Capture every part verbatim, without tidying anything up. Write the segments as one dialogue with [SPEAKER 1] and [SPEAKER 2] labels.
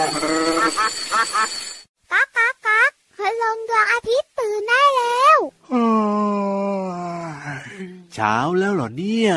[SPEAKER 1] ก๊ากก๊ากก๊ากพลังดวงอาทิตย์ตื่นได้แล้ว
[SPEAKER 2] เช้าแล้วเหรอเนี่ย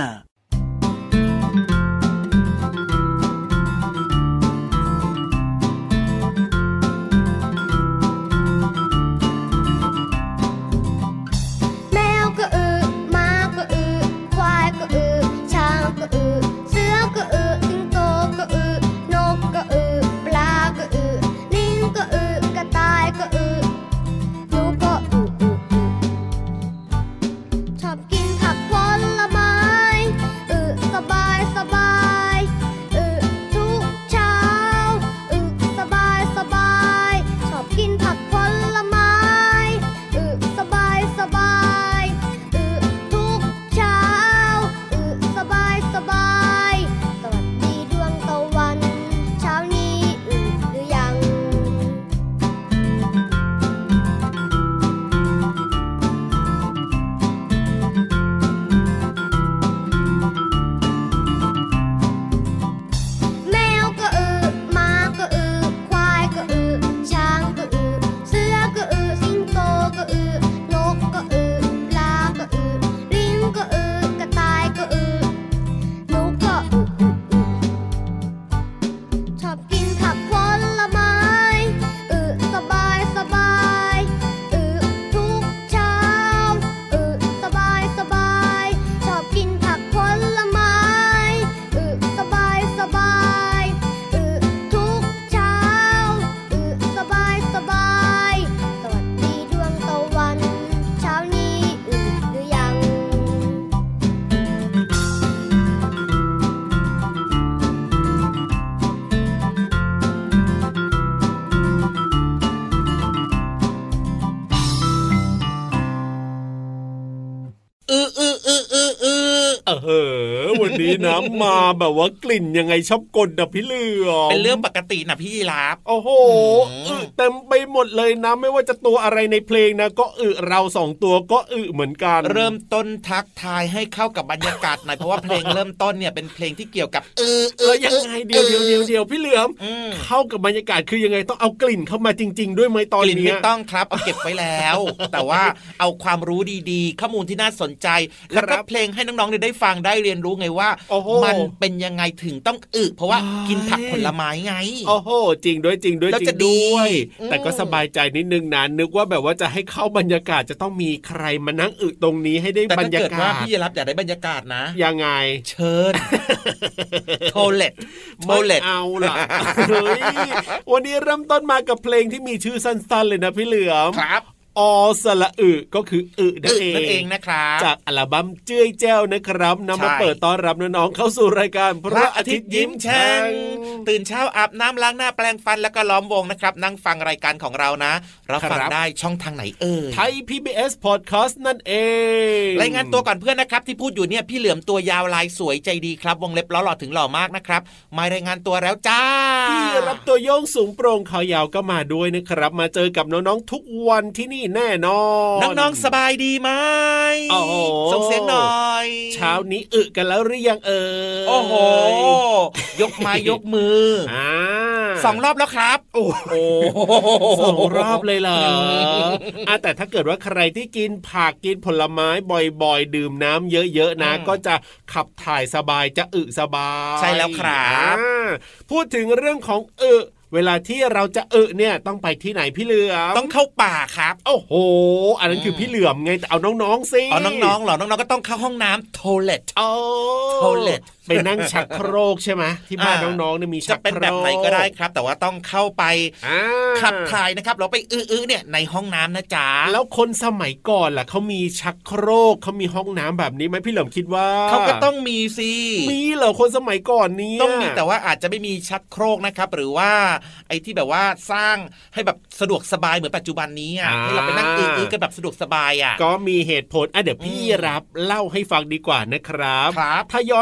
[SPEAKER 3] เออวันนี้นะมาแบบว่ากลิ่นยังไงชอบกลนะพี่เหลือม
[SPEAKER 4] เป็นเรื่องปกตินะพี่ยีราฟ
[SPEAKER 3] โอ้โหเต็มไปหมดเลยนะไม่ว่าจะตัวอะไรในเพลงนะก็อึเราสองตัวก็อึเหมือนกัน
[SPEAKER 4] เริ่มต้นทักทายให้เข้ากับบรรยากาศหน่อยเพราะว่าเพลงเริ่มต้นเนี่ยเป็นเพลงที่เกี่ยวกับเออ
[SPEAKER 3] เออยังไงเดียวเดียวเดียวเดียวพี่เหลือมเข้ากับบรรยากาศคือยังไงต้องเอากลิ่นเข้ามาจริงๆด้วยไหมตอนนี้กลิ่น
[SPEAKER 4] ไม่ต้องครับเอาเก็บไว้แล้วแต่ว่าเอาความรู้ดีๆข้อมูลที่น่าสนใจแล้วก็เพลงให้น้องๆได้ฟังได้เรียนรู้ไงว่ามันเป็นยังไงถึงต้องอึเพราะว่ากินผักผลไม้ไง
[SPEAKER 3] โอ้โหจริงด้วยจริงด้วยจริงด้วยแต่ก็สบายใจนิดนึงนะนึกว่าแบบว่าจะให้เข้าบรรยากาศจะต้องมีใครมานั่งอึตรงนี้ให้ได้บรรยากาศแต่ถ้าเกิดว่า
[SPEAKER 4] พี่รับอยากได้บรรยากาศนะ
[SPEAKER 3] ยังไง
[SPEAKER 4] เชิญโทเลตโทเลต
[SPEAKER 3] เอาล่ะเฮ้ยวันนี้เริ่มต้นมากับเพลงที่มีชื่อสั้นๆเลยนะพี่เหลือม
[SPEAKER 4] ครับ
[SPEAKER 3] อสระอึก็คืออึนั่นเอง
[SPEAKER 4] นั่นเองนะครับ
[SPEAKER 3] จากอัลบั้มเจ้ยแจ้วนะครับนำมาเปิดต้อนรับน้องๆเข้าสู่รายการพระอาทิตย์ยิ้มแฉ่ง
[SPEAKER 4] ตื่นเช้าอาบน้ำล้างหน้าแปรงฟันแล้วก็ล้อมวงนะครับนั่งฟังรายการของเรานะเราฟังได้ช่องทางไหนเอ่ย
[SPEAKER 3] ไทย พี บี เอส Podcast นั่นเอง
[SPEAKER 4] รายงานตัวก่อนเพื่อนนะครับที่พูดอยู่เนี่ยพี่เหลือมตัวยาวลายสวยใจดีครับวงเล็บล้อหล่อถึงหล่อมากนะครับมารายงานตัวแล้วจ้า
[SPEAKER 3] พี่รับตัวโยงสูงโปร่งขายาวก็มาด้วยนะครับมาเจอกับน้องๆทุกวันที่นี่แน่นอน
[SPEAKER 4] น้องๆสบายดีไหมส่งเสียงหน่อย
[SPEAKER 3] เช้านี้อึกันแล้วหรือยังเอ่ย
[SPEAKER 4] โอ้โหยกไม้ยกมือ
[SPEAKER 3] อ่า
[SPEAKER 4] สองรอบแล้วครับโอ้โห
[SPEAKER 3] สองรอบเลยเหรออ่ะแต่ถ้าเกิดว่าใครที่กินผักกินผลไม้บ่อยๆดื่มน้ำเยอะๆนะก็จะขับถ่ายสบายจะอึสบาย
[SPEAKER 4] ใช่แล้วครับ
[SPEAKER 3] พูดถึงเรื่องของอึเวลาที่เราจะอึเนี่ยต้องไปที่ไหนพี่เหลือม
[SPEAKER 4] ต้องเข้าป่าครับ
[SPEAKER 3] โอ้โหอันนั้นคือพี่เหลือมไงแต่เอาน้องๆสิ
[SPEAKER 4] เอาน้องๆเหรอน้องๆก็ต้องเข้าห้องน้ำโทเลต
[SPEAKER 3] โอ้
[SPEAKER 4] โทเลต
[SPEAKER 3] ไปนั่งชักโครกใช่ไหมที่บ้านน้องๆเนี่ยมีชักโครก
[SPEAKER 4] จะเป็นแบบไหนก็ได้ครับแต่ว่าต้องเข้าไปขับถ่ายนะครับเราไปอื้อๆเนี่ยในห้องน้ำนะจ๊ะ
[SPEAKER 3] แล้วคนสมัยก่อนล่ะเขามีชักโครกเขามีห้องน้ำแบบนี้ไหมพี่เหลิมคิดว่า
[SPEAKER 4] เขาก็ต้องมีสิ
[SPEAKER 3] มีเหรอคนสมัยก่อนนี้
[SPEAKER 4] ต้องมีแต่ว่าอาจจะไม่มีชักโครกนะครับหรือว่าไอ้ที่แบบว่าสร้างให้แบบสะดวกสบายเหมือนปัจจุบันนี้อ่ะให้เราไปนั่งอื้อๆกันแบบสะดวกสบายอ่ะ
[SPEAKER 3] ก็มีเหตุผลอ่ะเดี๋ยวพี่รับเล่าให้ฟังดีกว่านะครับ
[SPEAKER 4] ครับ
[SPEAKER 3] ถ้าย้อนกลับไป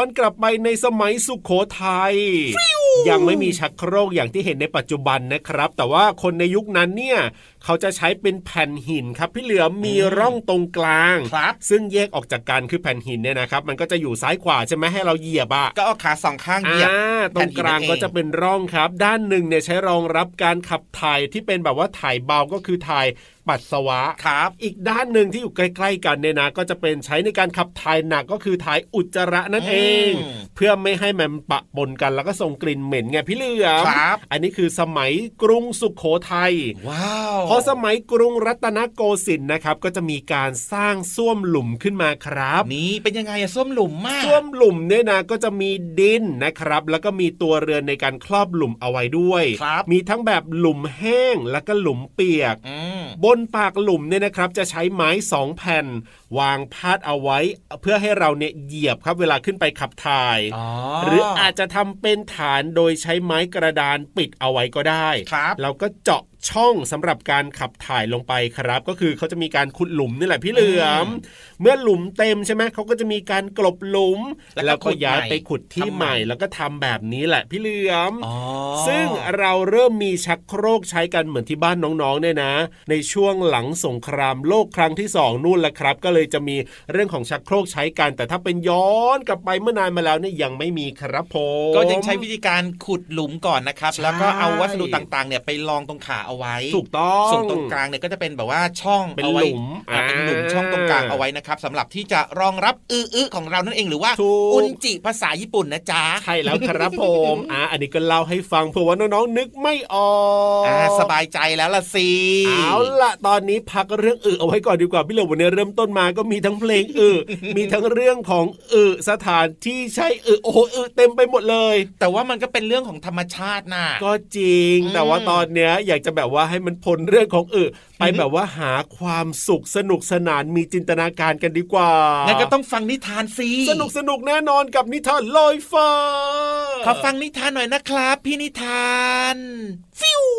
[SPEAKER 3] ในสมัยสุโขทัยยังไม่มีชักโครกอย่างที่เห็นในปัจจุบันนะครับแต่ว่าคนในยุคนั้นเนี่ยเขาจะใช้เป็นแผ่นหินครับพี่เหลือมีร่องตรงกลางซึ่งแยกออกจากกันคือแผ่นหินเนี่ยนะครับมันก็จะอยู่ซ้ายขวาใช่ไหมให้เราเหยียบอ่ะ
[SPEAKER 4] ก็เอาขาสองข้างเหยียบ
[SPEAKER 3] ตรงกลางก็จะเป็นร่องครับด้านหนึ่งเนี่ยใช้รองรับการขับถ่ายที่เป็นแบบว่าถ่ายเบาก็คือถ่ายปัสสาวะ
[SPEAKER 4] ครับ
[SPEAKER 3] อีกด้านหนึ่งที่อยู่ใกล้ๆกันเนี่ยนะก็จะเป็นใช้ในการขับถ่ายหนักก็คือถ่ายอุจจาระนั่นเองเพื่อไม่ให้มันปะปนกันแล้วก็ส่งกลิ่นเหม็นไงพี่เหลือมอันนี้คือสมัยกรุงสุโขทัย
[SPEAKER 4] ว้าว
[SPEAKER 3] พอสมัยกรุงรัตนโกสินทร์นะครับก็จะมีการสร้างส้วมหลุมขึ้นมาครับ
[SPEAKER 4] นี่เป็นยังไงอะส้วมหลุมมาก
[SPEAKER 3] ส้วมหลุมเนี่ยนะก็จะมีดินนะครับแล้วก็มีตัวเรือนในการครอบหลุมเอาไว้ด้วยมีทั้งแบบหลุมแห้งแล้วก็หลุมเปียกบนปากหลุมเนี่ยนะครับจะใช้ไม้สองแผ่นวางพาดเอาไว้เพื่อให้เราเนี่ยเหยียบครับเวลาขึ้นไปขับถ่ายหรืออาจจะทำเป็นฐานโดยใช้ไม้กระดานปิดเอาไว้ก็ได้เราก็เจาะช่องสำหรับการขับถ่ายลงไปครับก็คือเขาจะมีการขุดหลุมนี่แหละพี่เหลือมเมื่อหลุมเต็มใช่ไหมเขาก็จะมีการกลบหลุมแล้วก็ย้ายไปขุดที่ใหม่แล้วก็ทำแบบนี้แหละพี่เหลือมซึ่งเราเริ่มมีชักโครกใช้กันเหมือนที่บ้านน้องๆเนี่ยนะในช่วงหลังสงครามโลกครั้งที่สองนู่นแหละครับก็เลยจะมีเรื่องของชักโครกใช้กันแต่ถ้าเป็นย้อนกลับไปเมื่อนานมาแล้วเนี่ยยังไม่มีครับผม
[SPEAKER 4] ก็ยังใช้วิธีการขุดหลุมก่อนนะครับแล้วก็เอาวัสดุต่างๆเนี่ยไปรองตรงขาเอาไว้
[SPEAKER 3] ถูกต้อง
[SPEAKER 4] ส่วนตรงกลางเนี่ยก็จะเป็นแบบว่าช่อง
[SPEAKER 3] เป็นหลุม
[SPEAKER 4] เป็นหลุมช่องตรงกลางเอาไว้นะครับสำหรับที่จะรองรับอื้อๆของเรานั่นเองหรือว่าอุนจิภาษาญี่ปุ่นนะจ๊ะ
[SPEAKER 3] ใช่แล้วครับผมอ่าอันนี้ก็เล่าให้ฟังเผื่อว่าน้องๆนึกไม่ออก
[SPEAKER 4] อ่าสบายใจแล้วล่ะสิ
[SPEAKER 3] เอาล่ะตอนนี้พักเรื่องอื้อเอาไว้ก่อนดีกว่าพี่เหลือวันนี้เริ่มต้นมาก็มีทั้งเพลงอื้อมีทั้งเรื่องของอื้อสถานที่ใช่อื้อโอ้โหอื้อเต็มไปหมดเลย
[SPEAKER 4] แต่ว่ามันก็เป็นเรื่องของธรรมชาติน่ะ
[SPEAKER 3] ก็จริงแต่ว่าตอนเนี้ยอยากจะแบบว่าให้มันพ้นเรื่องของอึไปแบบว่าหาความสุขสนุกสนานมีจินตนาการกันดีกว่า
[SPEAKER 4] งั้นก็ต้องฟังนิทานสิ
[SPEAKER 3] สนุกสนุกแน่นอนกับนิทานลอยฟ้า
[SPEAKER 4] ขอฟังนิทานหน่อยนะครับพี่นิทานฟิว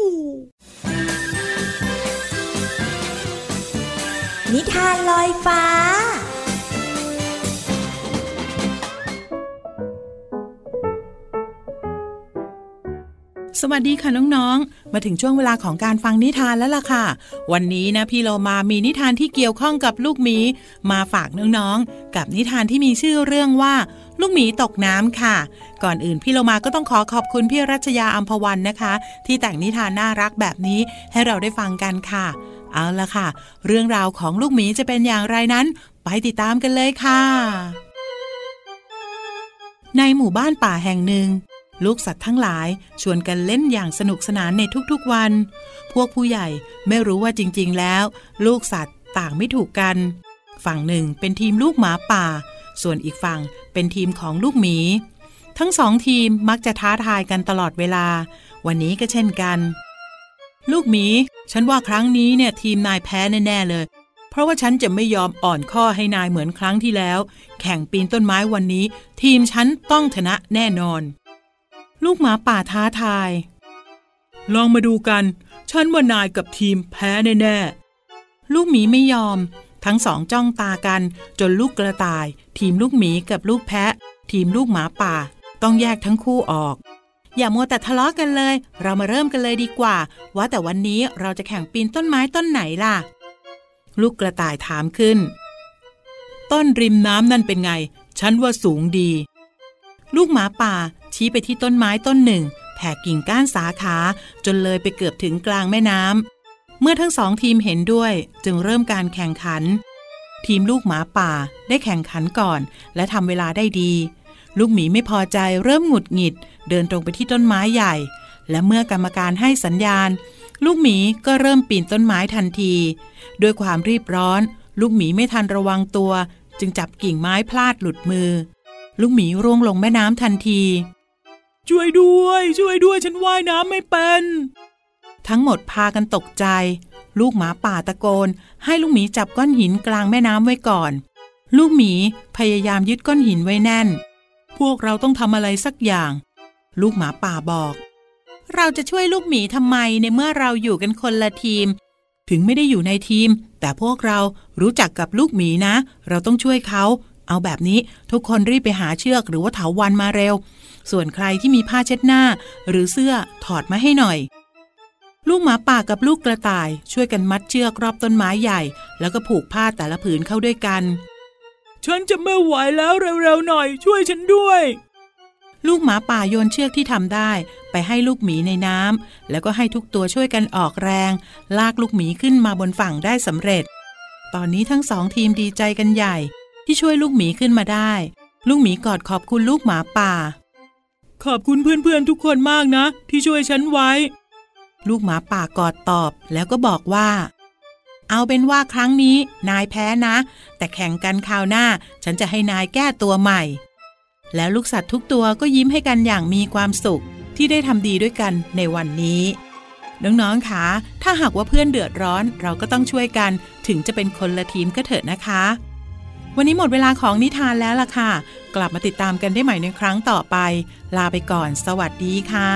[SPEAKER 1] นิทานลอยฟ้า
[SPEAKER 5] สวัสดีค่ะน้องๆมาถึงช่วงเวลาของการฟังนิทานแล้วล่ะค่ะวันนี้นะพี่โลมามีนิทานที่เกี่ยวข้องกับลูกหมีมาฝากน้องๆกับนิทานที่มีชื่อเรื่องว่าลูกหมีตกน้ำค่ะก่อนอื่นพี่โลมาก็ต้องขอขอบคุณพี่รัชยาอัมพวันนะคะที่แต่งนิทานน่ารักแบบนี้ให้เราได้ฟังกันค่ะเอาล่ะค่ะเรื่องราวของลูกหมีจะเป็นอย่างไรนั้นไปติดตามกันเลยค่ะในหมู่บ้านป่าแห่งหนึ่งลูกสัตว์ทั้งหลายชวนกันเล่นอย่างสนุกสนานในทุกๆวันพวกผู้ใหญ่ไม่รู้ว่าจริงๆแล้วลูกสัตว์ต่างไม่ถูกกันฝั่งหนึ่งเป็นทีมลูกหมาป่าส่วนอีกฝั่งเป็นทีมของลูกหมีทั้งสองทีมมักจะท้าทายกันตลอดเวลาวันนี้ก็เช่นกันลูกหมีฉันว่าครั้งนี้เนี่ยทีมนายแพ้แน่ๆเลยเพราะว่าฉันจะไม่ยอมอ่อนข้อให้นายเหมือนครั้งที่แล้วแข่งปีนต้นไม้วันนี้ทีมฉันต้องชนะแน่นอนลูกหมาป่าท้าทายลองมาดูกันฉันว่านายกับทีมแพ้แน่ๆลูกหมีไม่ยอมทั้งสองจ้องตากันจนลูกกระต่ายทีมลูกหมีกับลูกแพะทีมลูกหมาป่าต้องแยกทั้งคู่ออกอย่ามัวแต่ทะเลาะกันเลยเรามาเริ่มกันเลยดีกว่าว่าแต่วันนี้เราจะแข่งปีนต้นไม้ต้นไหนล่ะลูกกระต่ายถามขึ้นต้นริมน้ำนั่นเป็นไงฉันว่าสูงดีลูกหมาป่าชี้ไปที่ต้นไม้ต้นหนึ่งแผ่กิ่งก้านสาขาจนเลยไปเกือบถึงกลางแม่น้ำเมื่อทั้งสองทีมเห็นด้วยจึงเริ่มการแข่งขันทีมลูกหมาป่าได้แข่งขันก่อนและทำเวลาได้ดีลูกหมีไม่พอใจเริ่มหงุดหงิดเดินตรงไปที่ต้นไม้ใหญ่และเมื่อกรรมการให้สัญญาณลูกหมีก็เริ่มปีนต้นไม้ทันทีด้วยความรีบร้อนลูกหมีไม่ทันระวังตัวจึงจับกิ่งไม้พลาดหลุดมือลูกหมีร่วงลงแม่น้ำทันทีช่วยด้วยช่วยด้วยฉันว่ายน้ำไม่เป็นทั้งหมดพากันตกใจลูกหมาป่าตะโกนให้ลูกหมีจับก้อนหินกลางแม่น้ำไว้ก่อนลูกหมีพยายามยึดก้อนหินไว้แน่นพวกเราต้องทำอะไรสักอย่างลูกหมาป่าบอกเราจะช่วยลูกหมีทำไมในเมื่อเราอยู่กันคนละทีมถึงไม่ได้อยู่ในทีมแต่พวกเรารู้จักกับลูกหมีนะเราต้องช่วยเขาเอาแบบนี้ทุกคนรีบไปหาเชือกหรือว่าเถาวัลย์มาเร็วส่วนใครที่มีผ้าเช็ดหน้าหรือเสื้อถอดมาให้หน่อยลูกหมาป่ากับลูกกระต่ายช่วยกันมัดเชือกรอบต้นไม้ใหญ่แล้วก็ผูกผ้าแต่ละผืนเข้าด้วยกันฉันจะไม่ไหวแล้วเร็วๆหน่อยช่วยฉันด้วยลูกหมาป่าโยนเชือกที่ทำได้ไปให้ลูกหมีในน้ำแล้วก็ให้ทุกตัวช่วยกันออกแรงลากลูกหมีขึ้นมาบนฝั่งได้สำเร็จตอนนี้ทั้งสองทีมดีใจกันใหญ่ที่ช่วยลูกหมีขึ้นมาได้ลูกหมีกอดขอบคุณลูกหมาป่าขอบคุณเพื่อนๆทุกคนมากนะที่ช่วยฉันไว้ลูกหมาป่ากอดตอบแล้วก็บอกว่าเอาเป็นว่าครั้งนี้นายแพ้นะแต่แข่งกันคราวหน้าฉันจะให้นายแก้ตัวใหม่แล้วลูกสัตว์ทุกตัวก็ยิ้มให้กันอย่างมีความสุขที่ได้ทำดีด้วยกันในวันนี้น้องๆคะถ้าหากว่าเพื่อนเดือดร้อนเราก็ต้องช่วยกันถึงจะเป็นคนละทีมก็เถอะนะคะวันนี้หมดเวลาของนิทานแล้วล่ะค่ะกลับมาติดตามกันได้ใหม่ในครั้งต่อไปลาไปก่อนสวัสดีค่ะ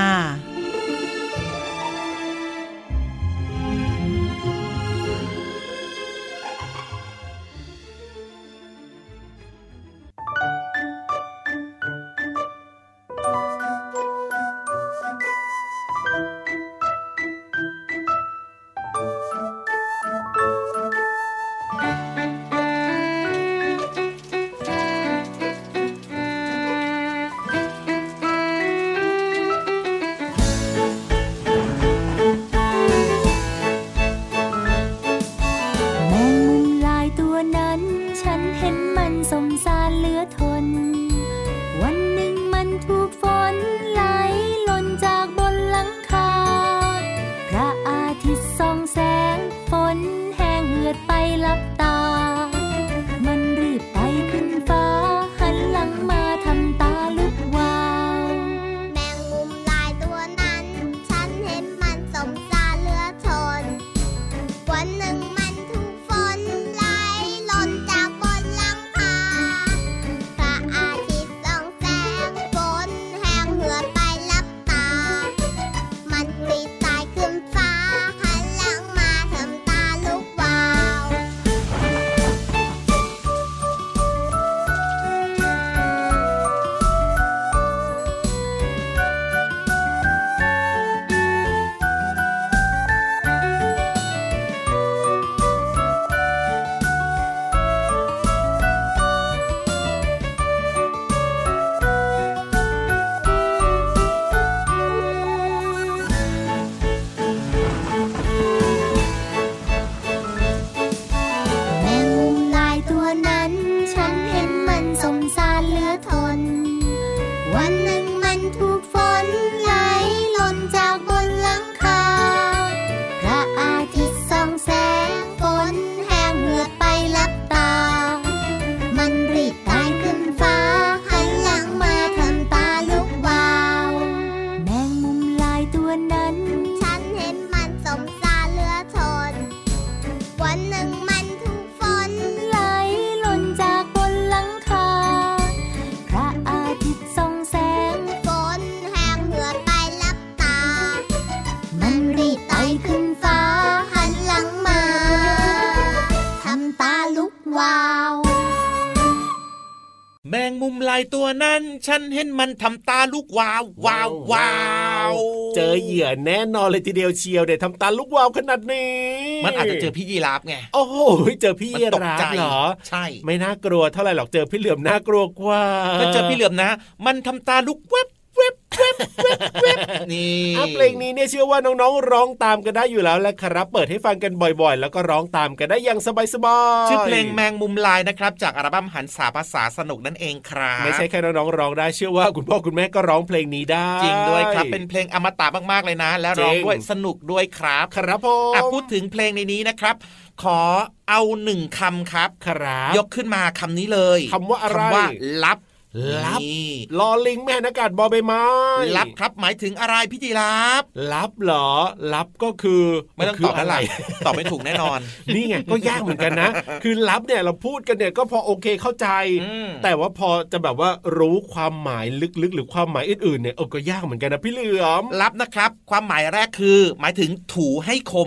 [SPEAKER 4] แมงมุมลายตัวนั้นฉันเห็นมันทำตาลูกวาววาววาว
[SPEAKER 3] เจอเหยื่อแน่นอนเลยทีเดียวเชียวเดี๋ยวทำตาลูกวาวขนาดนี้
[SPEAKER 4] มันอาจจะเจอพี่ยีราฟไง
[SPEAKER 3] โอ้โหเจอพี่ยีราฟเหรอ
[SPEAKER 4] ใช่
[SPEAKER 3] ไม่น่ากลัวเท่าไหร่หรอกเจอพี่เหลือมน่ากลัวกว่า
[SPEAKER 4] ก็เจอพี่เหลือมนะมันทำตาลูกเว็บเว็บเว็บเว็บเว็บ
[SPEAKER 3] นี่เพลงนี้เนี่ยเชื่อว่าน้องๆร้องตามกันได้อยู่แล้วแหละครับเปิดให้ฟังกันบ่อยๆแล้วก็ร้องตามกันได้อย่างสบายๆ
[SPEAKER 4] ชื่อเพลงแมงมุมลายนะครับจากอัลบั้มหันษาภาษาสนุกนั่นเองครับ
[SPEAKER 3] ไม่ใช่แค่น้องๆร้องได้เชื่อว่าคุณพ่อคุณแม่ก็ร้องเพลงนี้ได้
[SPEAKER 4] จริงด้วยครับเป็นเพลงอมตะมากๆเลยนะและร้องด้วยสนุกด้วยครับ
[SPEAKER 3] ครับผม
[SPEAKER 4] พูดถึงเพลงในนี้นะครับขอเอาหนึ่งคำครับ
[SPEAKER 3] ครับ
[SPEAKER 4] ยกขึ้นมาคำนี้เลย
[SPEAKER 3] คำว่าอะไร
[SPEAKER 4] คำว่าลับ
[SPEAKER 3] ลับลอลิงแม่นอากาศบอใบไม้
[SPEAKER 4] ลับครับหมายถึงอะไรพี่จีราฟ
[SPEAKER 3] ลับเหรอลับก็คือ
[SPEAKER 4] ไม่ต้องตอบอะไรตอบไม่ถูกแน่นอน
[SPEAKER 3] นี่ไงก็ยากเหมือนกันนะคือลับเนี่ยเราพูดกันเนี่ยก็พอโอเคเข้าใจแต่ว่าพอจะแบบว่ารู้ความหมายลึกๆหรือความหมายอื่นๆเนี่ยเออก็ยากเหมือนกันนะพี่เหลือม
[SPEAKER 4] ลับนะครับความหมายแรกคือหมายถึงถูให้คมครับ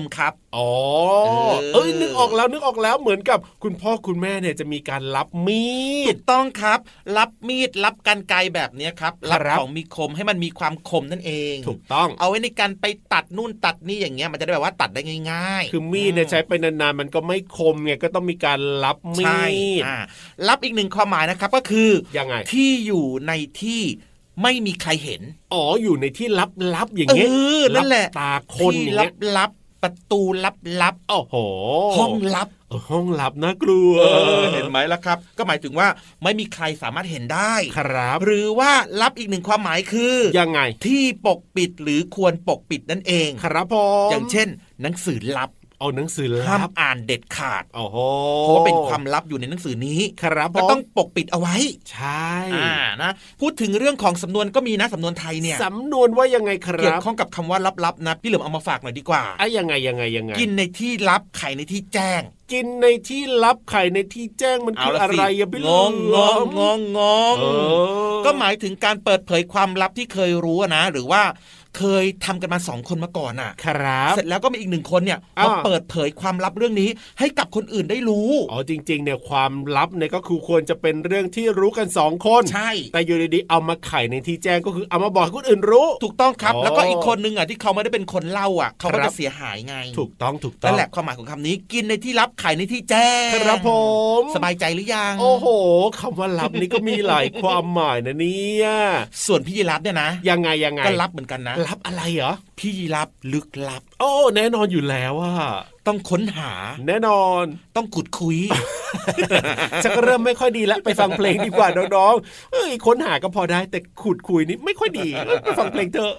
[SPEAKER 3] อ๋อเอ้ยนึกออกแล้วนึกออกแล้วเหมือนกับคุณพ่อคุณแม่เนี่ยจะมีการรับมีด
[SPEAKER 4] ถูกต้องครับรับมีดรับกรรไกรแบบนี้ครับรับของมีคมให้มันมีความคมนั่นเอง
[SPEAKER 3] ถูกต้อง
[SPEAKER 4] เอาไว้ในการไปตัดนู่นตัดนี่อย่างเงี้ยมันจะได้แบบว่าตัดได้ง่าย
[SPEAKER 3] ๆคือมีดเนี่ยใช้ไปนานๆมันก็ไม่คมไงก็ต้องมีการรับมีด
[SPEAKER 4] รับอีกหนึ่งความหมายนะครับก็คือ
[SPEAKER 3] ยังไง
[SPEAKER 4] ที่อยู่ในที่ไม่มีใครเห็น
[SPEAKER 3] อ๋ออยู่ในที่ลับๆอย่างเงี้ย
[SPEAKER 4] นั่นแหละ
[SPEAKER 3] ตาคน
[SPEAKER 4] อย่างเงี้ยลับๆประตูลับๆ
[SPEAKER 3] โอ้โห
[SPEAKER 4] ห้องลับ
[SPEAKER 3] ห้องลับน่ากลัว
[SPEAKER 4] เห็นไหมล่ะครับก็หมายถึงว่าไม่มีใครสามารถเห็นได้
[SPEAKER 3] ครับ
[SPEAKER 4] หรือว่าลับอีกหนึ่งความหมายคือ
[SPEAKER 3] ยังไง
[SPEAKER 4] ที่ปกปิดหรือควรปกปิดนั่นเอง
[SPEAKER 3] ครับผม
[SPEAKER 4] อย่างเช่นหนังสือลับ
[SPEAKER 3] เอาหนังสือลับ
[SPEAKER 4] ห้ามอ่านเด็ดขาด
[SPEAKER 3] โอ้โห
[SPEAKER 4] เพราะว่าเป็นความลับอยู่ในหนังสือนี้
[SPEAKER 3] ครับ
[SPEAKER 4] ก็ต้องปกปิดเอาไว้
[SPEAKER 3] ใช่
[SPEAKER 4] อ่านะพูดถึงเรื่องของสำนวนก็มีนะสำนวนไทยเนี่ย
[SPEAKER 3] สำนวนว่ายังไงครับ
[SPEAKER 4] เกี่ยวข้องกับคำว่าลับๆนะพี่เหลิมเอามาฝากหน่อยดีกว่า
[SPEAKER 3] ไอ้ยังไงยังไงยังไง
[SPEAKER 4] กินในที่ลับไข่ในที่แจ้ง
[SPEAKER 3] กินในที่ลับไข่ในที่แจ้งมันคืออะไรอะพี่
[SPEAKER 4] งงงงงงงก็หมายถึงการเปิดเผยความลับที่เคยรู้นะหรือว่าเคยทำกันมาสองคนมาก่อนน่ะ
[SPEAKER 3] ครับ
[SPEAKER 4] เสร็จแล้วก็มีอีกหนึ่งคนเนี่ยมาเปิดเผยความลับเรื่องนี้ให้กับคนอื่นได้รู้
[SPEAKER 3] อ๋อจริงๆเนี่ยความลับเนี่ยก็คือควรจะเป็นเรื่องที่รู้กันสองคน
[SPEAKER 4] ใช่
[SPEAKER 3] แต่อยู่ดีๆเอามาไขในที่แจ้งก็คือเอามาบอกให้คนอื่นรู้
[SPEAKER 4] ถูกต้องครับแล้วก็อีกคนนึงอ่ะที่เขาไม่ได้เป็นคนเล่าอ่ะเขาก็จะเสียหายไง
[SPEAKER 3] ถูกต้องถูกต้อง
[SPEAKER 4] นั่นแหละความหมายของคำนี้กินในที่ลับไขในที่แจ้ง
[SPEAKER 3] ครับผม
[SPEAKER 4] สบายใจหรือยัง
[SPEAKER 3] โอ้โหคำว่าลับนี่ก็มีหลายความหมายนะเนี่ย
[SPEAKER 4] ส่วนพี่ยีรับเนี่ยนะ
[SPEAKER 3] ยังไงยังไง
[SPEAKER 4] ก็ลับเหมือนกันนะ
[SPEAKER 3] ลับอะไรเหรอ
[SPEAKER 4] พี่ลับลึกลับ
[SPEAKER 3] โอ้แน่นอนอยู่แล้วว่า
[SPEAKER 4] ต้องค้นหา
[SPEAKER 3] แน่นอน
[SPEAKER 4] ต้องขุดคุย
[SPEAKER 3] จะก็เริ่มไม่ค่อยดีแล้วไปฟังเพลงดีกว่าน้องๆเอ้ยค้นหาก็พอได้แต่ขุดคุยนี่ไม่ค่อยดีไปฟังเพลงเถอะ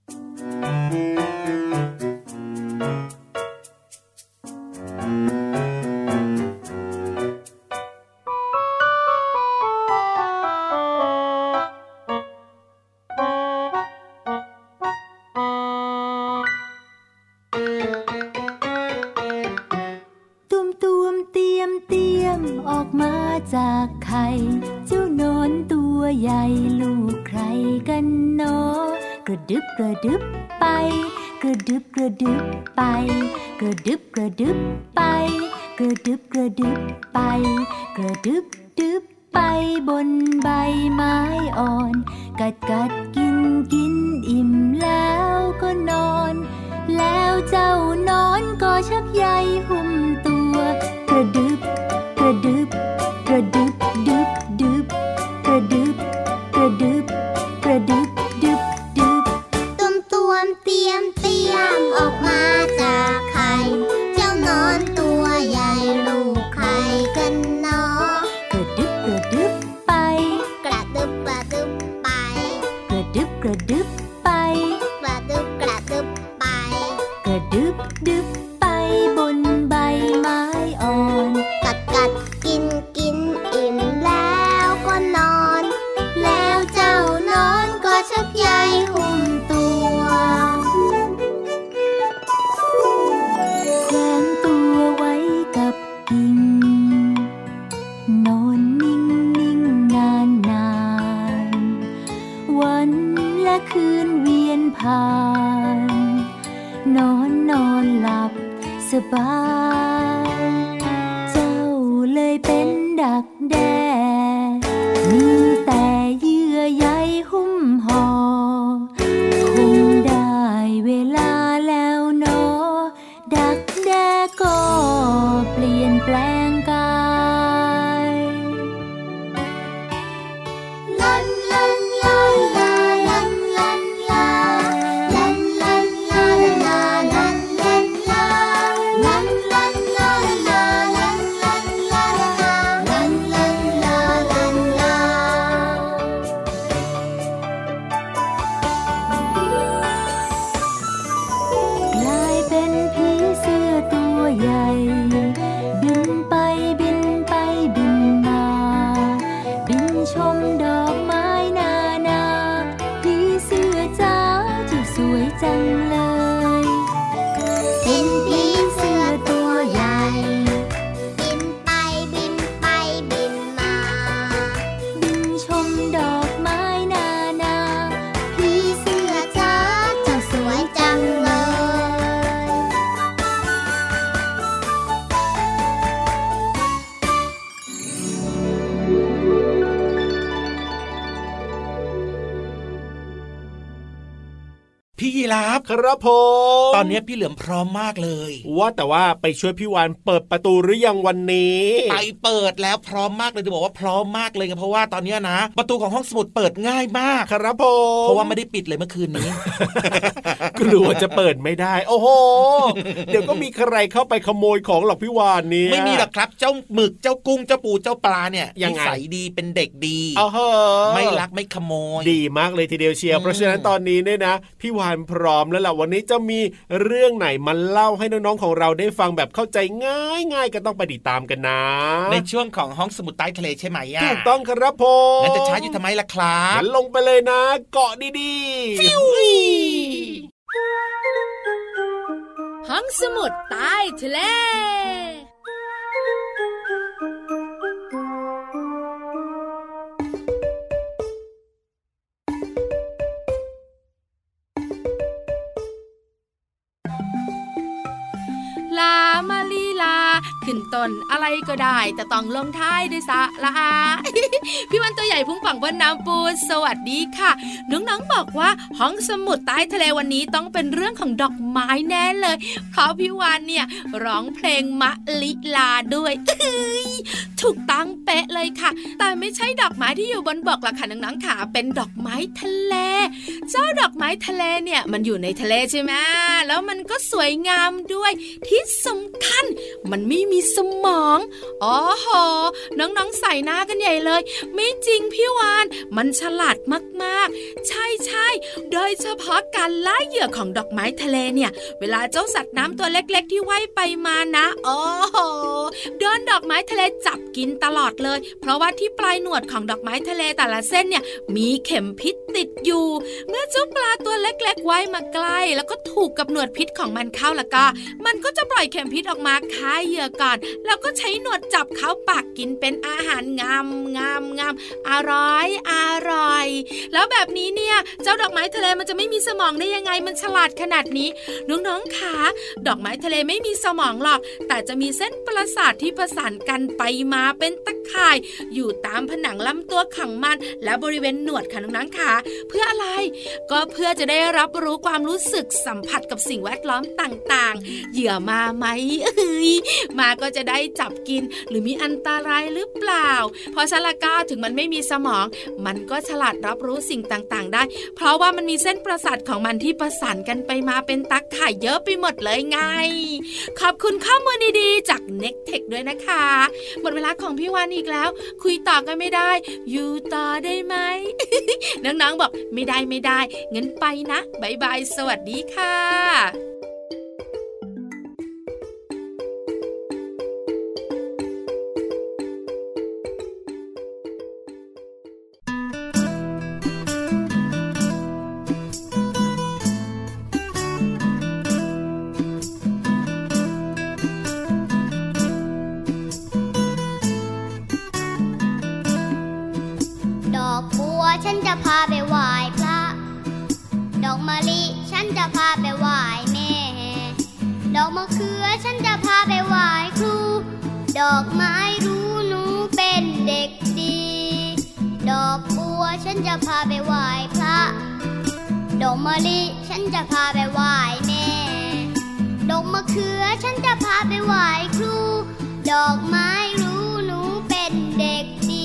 [SPEAKER 6] จากไข่เจ้านอนตัวใหญ่ลูกใครกันเนาะกระดึบกระดึบไปกระดึบกระดึบไปกระดึบกระดึบไปกระดึบกระดึบไปกระดึบดึบไปบนใบไม้อ่อนกัดกัดกินกินอิ่มแล้วก็นอนแล้วเจ้านอนก็ชักใยหุ้มตัวกระดึบกระดึบกระดึบดึบดึบกระดึบกระดึบกระดึบดึบดึบ
[SPEAKER 1] ตุ่มตุ่มเตรียมเตรียมออกมาจากไข่เจ้านอนตัวใหญ่ลูกไข่กันเนาะ
[SPEAKER 6] กระดึบกระดึบไป
[SPEAKER 1] กระดึบกระดึบไป
[SPEAKER 6] กระดึบกระดึบไป
[SPEAKER 1] กระดึบกระดึบไป
[SPEAKER 6] กระดึบดึบไปบนใบไม้อ่อน
[SPEAKER 1] กัดกัดกินกินอิ่มแล้วก็นอนแล้วเจ้านอนก็ชักใยหุ้มตัว
[SPEAKER 6] แขวนตัวไว้กับกิ่งนอนนิ่งนิ่งนานนานวันและคืนเวียนผ่านนอนนอนหลับสบายเจ้าเลยเป็นดักแด้มีแต่เยื่อใยหุ้มห่อคงได้เวลาแล้วเนาะดักแด้ก็เปลี่ยนแปลงกาย
[SPEAKER 1] ลันลันลาลาลันลันลาลันลันลาลาลันลันลาลันลันลาลาลันลันลาลันลัน
[SPEAKER 3] ครับผม
[SPEAKER 4] ตอนนี้พี่เหลือมพร้อมมากเลย
[SPEAKER 3] ว่าแต่ว่าไปช่วยพี่วานเปิดประตูหรือยังวันนี้
[SPEAKER 4] ไปเปิดแล้วพร้อมมากเลยจะบอกว่าพร้อมมากเลยเพราะว่าตอนนี้นะประตูของห้องสมุดเปิดง่ายมาก
[SPEAKER 3] ครับผม
[SPEAKER 4] เพราะว่าไม่ได้ปิดเลยเมื่อคืนนี้
[SPEAKER 3] กลัวจะเปิดไม่ได้โอ้โหเดี๋ยวก็มีใครเข้าไปขโมยของหรอกพี่วานนี่
[SPEAKER 4] ไม่มีหรอกครับเจ้าหมึกเจ้ากุ้งเจ้าปูเจ้าปลาเนี่ยนิสัยดีเป็นเด็กดีไม่ลักไม่ขโมย
[SPEAKER 3] ดีมากเลยทีเดียวเชียวเพราะฉะนั้นตอนนี้เนี่ยนะพี่วานพร้อมแล้วล่ะวันนี้จะมีเรื่องไหนมาเล่าให้น้องๆของเราได้ฟังแบบเข้าใจง่ายๆก็ต้องไปติดตามกันนะ
[SPEAKER 4] ในช่วงของห้องสมุดใต้ทะเลใช่ไหมอ่ะ
[SPEAKER 3] ถูกต้องครับผม
[SPEAKER 4] งั้นจะช้าอยู่ทำไมล่ะครับ
[SPEAKER 3] งั้นลงไปเลยนะเกาะดี
[SPEAKER 7] ๆห้องสมุดใต้ทะเลลามาลีลาขึ้นต้นอะไรก็ได้แต่ต้องลงท้ายด้วยสระอา พี่วันตัวใหญ่พุ่งป่องบนน้ำปูสวัสดีค่ะน้องๆบอกว่าห้องสมุดใต้ทะเลวันนี้ต้องเป็นเรื่องของดอกไม้แน่เลยเพราะพี่วันเนี่ยร้องเพลงมะลิลาด้วยถูกต้องเป๊ะเลยค่ะแต่ไม่ใช่ดอกไม้ที่อยู่บนบกหรอกค่ะน้องๆค่ะเป็นดอกไม้ทะเลเจ้าดอกไม้ทะเลเนี่ยมันอยู่ในทะเลใช่ไหมแล้วมันก็สวยงามด้วยที่สำคัญมันไม่มีสมองอ๋อโหน้องๆใส่หน้ากันใหญ่เลยไม่จริงพี่วานมันฉลาดมากๆใช่ๆโดยเฉพาะการล่าเหยื่อของดอกไม้ทะเลเนี่ยเวลาเจ้าสัตว์น้ำตัวเล็กๆที่ว่ายไปมานะโอ้โหโดนดอกไม้ทะเลจับกินตลอดเลยเพราะว่าที่ปลายหนวดของดอกไม้ทะเลแต่ละเส้นเนี่ยมีเข็มพิษติดอยู่เมื่อเจ้าปลาตัวเล็กๆว่ายมาใกล้แล้วก็ถูกกับหนวดพิษของมันเข้าแล้วก็มันก็จะปล่อยเข็มพิษออกมาฆ่าเหยื่อก่อนแล้วก็ใช้หนวดจับเข้าปากกินเป็นอาหารงามงามงามอร่อยอร่อยแล้วแบบนี้เนี่ยเจ้าดอกไม้ทะเลมันจะไม่มีสมองได้ยังไงมันฉลาดขนาดนี้น้องๆคะดอกไม้ทะเลไม่มีสมองหรอกแต่จะมีเส้นประสาทที่ประสานกันไปมาเป็นตะข่ายอยู่ตามผนังลำตัวของมันและบริเวณหนวดค่ะน้องๆคะเพื่ออะไรก็เพื่อจะได้รับรู้ความรู้สึกสัมผัสกับสิ่งแวดล้อมต่างๆเหยื่อมาไหมเอ้ยมาก็จะได้จับกินหรือมีอันตรายหรือเปล่าเพราะฉะนั้นก็ถึงมันไม่มีสมองมันก็ฉลาดรับรู้สิ่งต่างๆได้เพราะว่ามันมีเส้นประสาทของมันที่ประสานกันไปมาเป็นตะข่ายเยอะไปหมดเลยไงขอบคุณข้อมูลดีๆจาก เน็กเทค ด้วยนะคะหมดเวลาของพี่วานอีกแล้วคุยต่อกันไม่ได้อยู่ต่อได้ไหม น้องๆบอกไม่ได้ไม่ได้งั้นไปนะบ๊ายบายสวัสดีค่ะ
[SPEAKER 1] ฉันจะพาไปไหว้พระดอกมะลิฉันจะพาไปไหว้แม่ดอกมะเขือฉันจะพาไปไหว้ครูดอกไม้รู้หนูเป็นเด็กดีดอกบัวฉันจะพาไปไหว้พระดอกมะลิฉันจะพาไปไหว้แม่ดอกมะเขือฉันจะพาไปไหว้ครูดอกไม้รู้หนูเป็นเด็กดี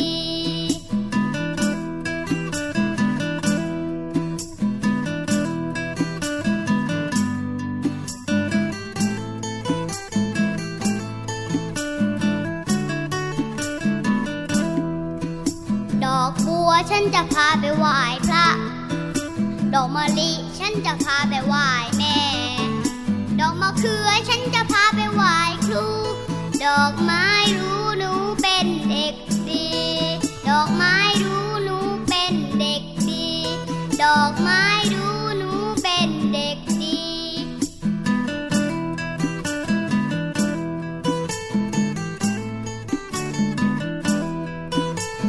[SPEAKER 1] ฉันจะพาไปไหว้พระดอกมะลิฉันจะพาไปไหว้แม่ดอกมะเขือฉันจะพาไปไหว้ครูดอกไม้รู้หนูเป็นเด็กดีดอกไม้รู้หนูเป็นเด็กดีดอกไม้รู้หนูเป็นเด็กดี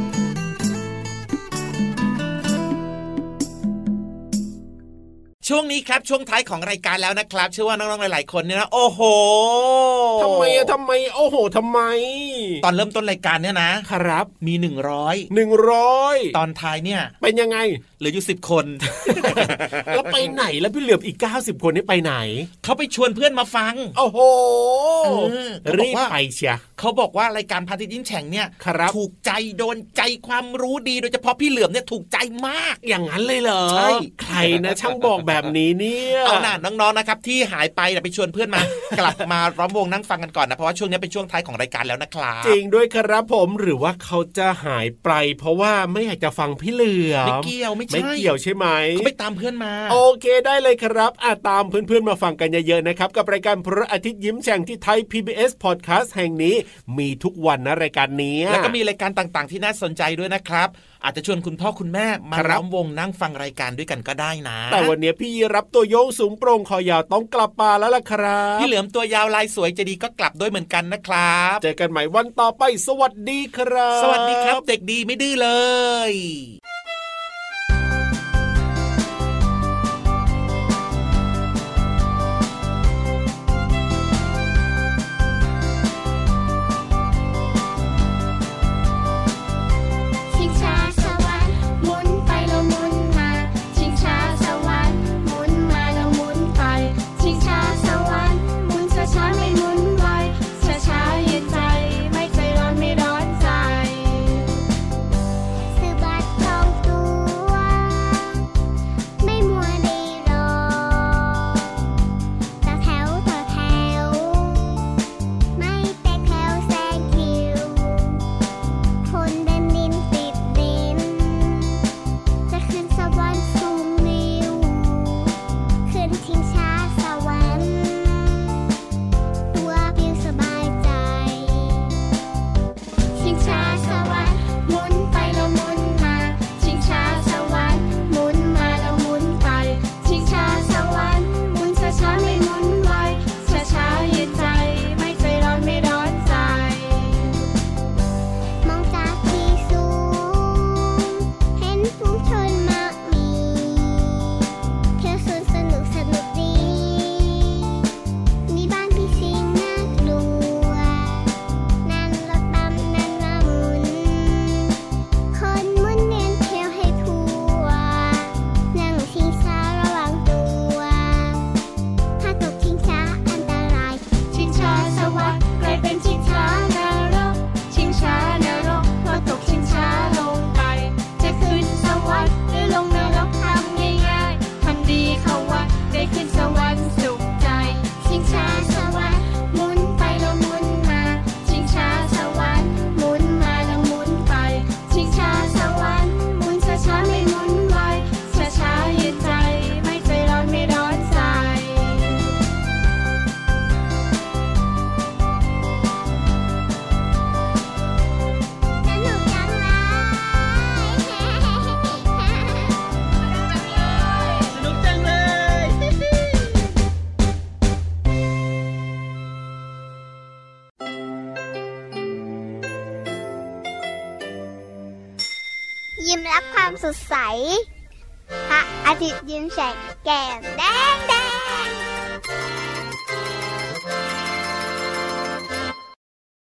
[SPEAKER 4] ช่วงนี้นี้ครับช่วงท้ายของรายการแล้วนะครับเชื่อว่าน้องๆหลายๆคนเนี่ยนะโอ้โห
[SPEAKER 3] ทำไมอะทำไมโอ้โหทำไม
[SPEAKER 4] ตอนเริ่มต้นรายการเนี่ยนะครับมีหนึ่งร้อย
[SPEAKER 3] หนึ่งร้อย
[SPEAKER 4] ตอนท้ายเนี่ย
[SPEAKER 3] เป็นยังไง
[SPEAKER 4] เหลืออยู่สิบคน
[SPEAKER 3] แล้วไปไหนแล้วพี่เหลืออีกเก้าสิบคนนี่ไปไหน
[SPEAKER 4] เขาไปชวนเพื่อนมาฟัง
[SPEAKER 3] โอ้โหรีบไปเชีย
[SPEAKER 4] เขาบอกว่ารายการพระอาทิตย์ยิ้มแฉ่งเนี่ยถูกใจโดนใจความรู้ดีโดยเฉพาะพี่เหลือมเนี่ยถูกใจมาก
[SPEAKER 3] อย่างนั้นเลยเหรอใช่ใครนะช่างบอกแบบนี้เนี่ย
[SPEAKER 4] เอาหน่าน้องๆนะครับที่หายไปไปชวนเพื่อนมากลับมาล้อมวงนั่งฟังกันก่อนนะเพราะว่าช่วงนี้เป็นช่วงท้ายของรายการแล้วนะครับ
[SPEAKER 3] จริงด้วยครับผมหรือว่าเขาจะหายไปเพราะว่าไม่อยากจะฟังพี่เหลือม
[SPEAKER 4] ไม่เกี่ยวไม่ใช่
[SPEAKER 3] ไม่เกี่ยวใช่ไหม
[SPEAKER 4] เขาไปตามเพื่อนมา
[SPEAKER 3] โอเคได้เลยครับอ่ะตามเพื่อนๆมาฟังกันเยอะๆนะครับกับรายการพระอาทิตย์ยิ้มแฉ่งที่ไทย พี บี เอส Podcast แห่งนี้มีทุกวันนะรายการนี้
[SPEAKER 4] แล้วก็มีรายการต่างๆที่น่าสนใจด้วยนะครับอาจจะชวนคุณพ่อคุณแม่มาล้อมวงนั่งฟังรายการด้วยกันก็ได้นะ
[SPEAKER 3] แต่วันนี้พี่รับตัวโยงสูงโปร่งคอยาวต้องกลับมาแล้วล่ะครับ
[SPEAKER 4] พี่เหลือมตัวยาวลายสวยจะดีก็กลับด้วยเหมือนกันนะครับ
[SPEAKER 3] เจอกันใหม่วันต่อไปสวัสดีครับ
[SPEAKER 4] สวัสดีครับเด็กดีไม่ดื้อเลย
[SPEAKER 1] ยิ้มรับความสดใสพระอาทิตย์ยิ้มแฉกแก้มแดงแดง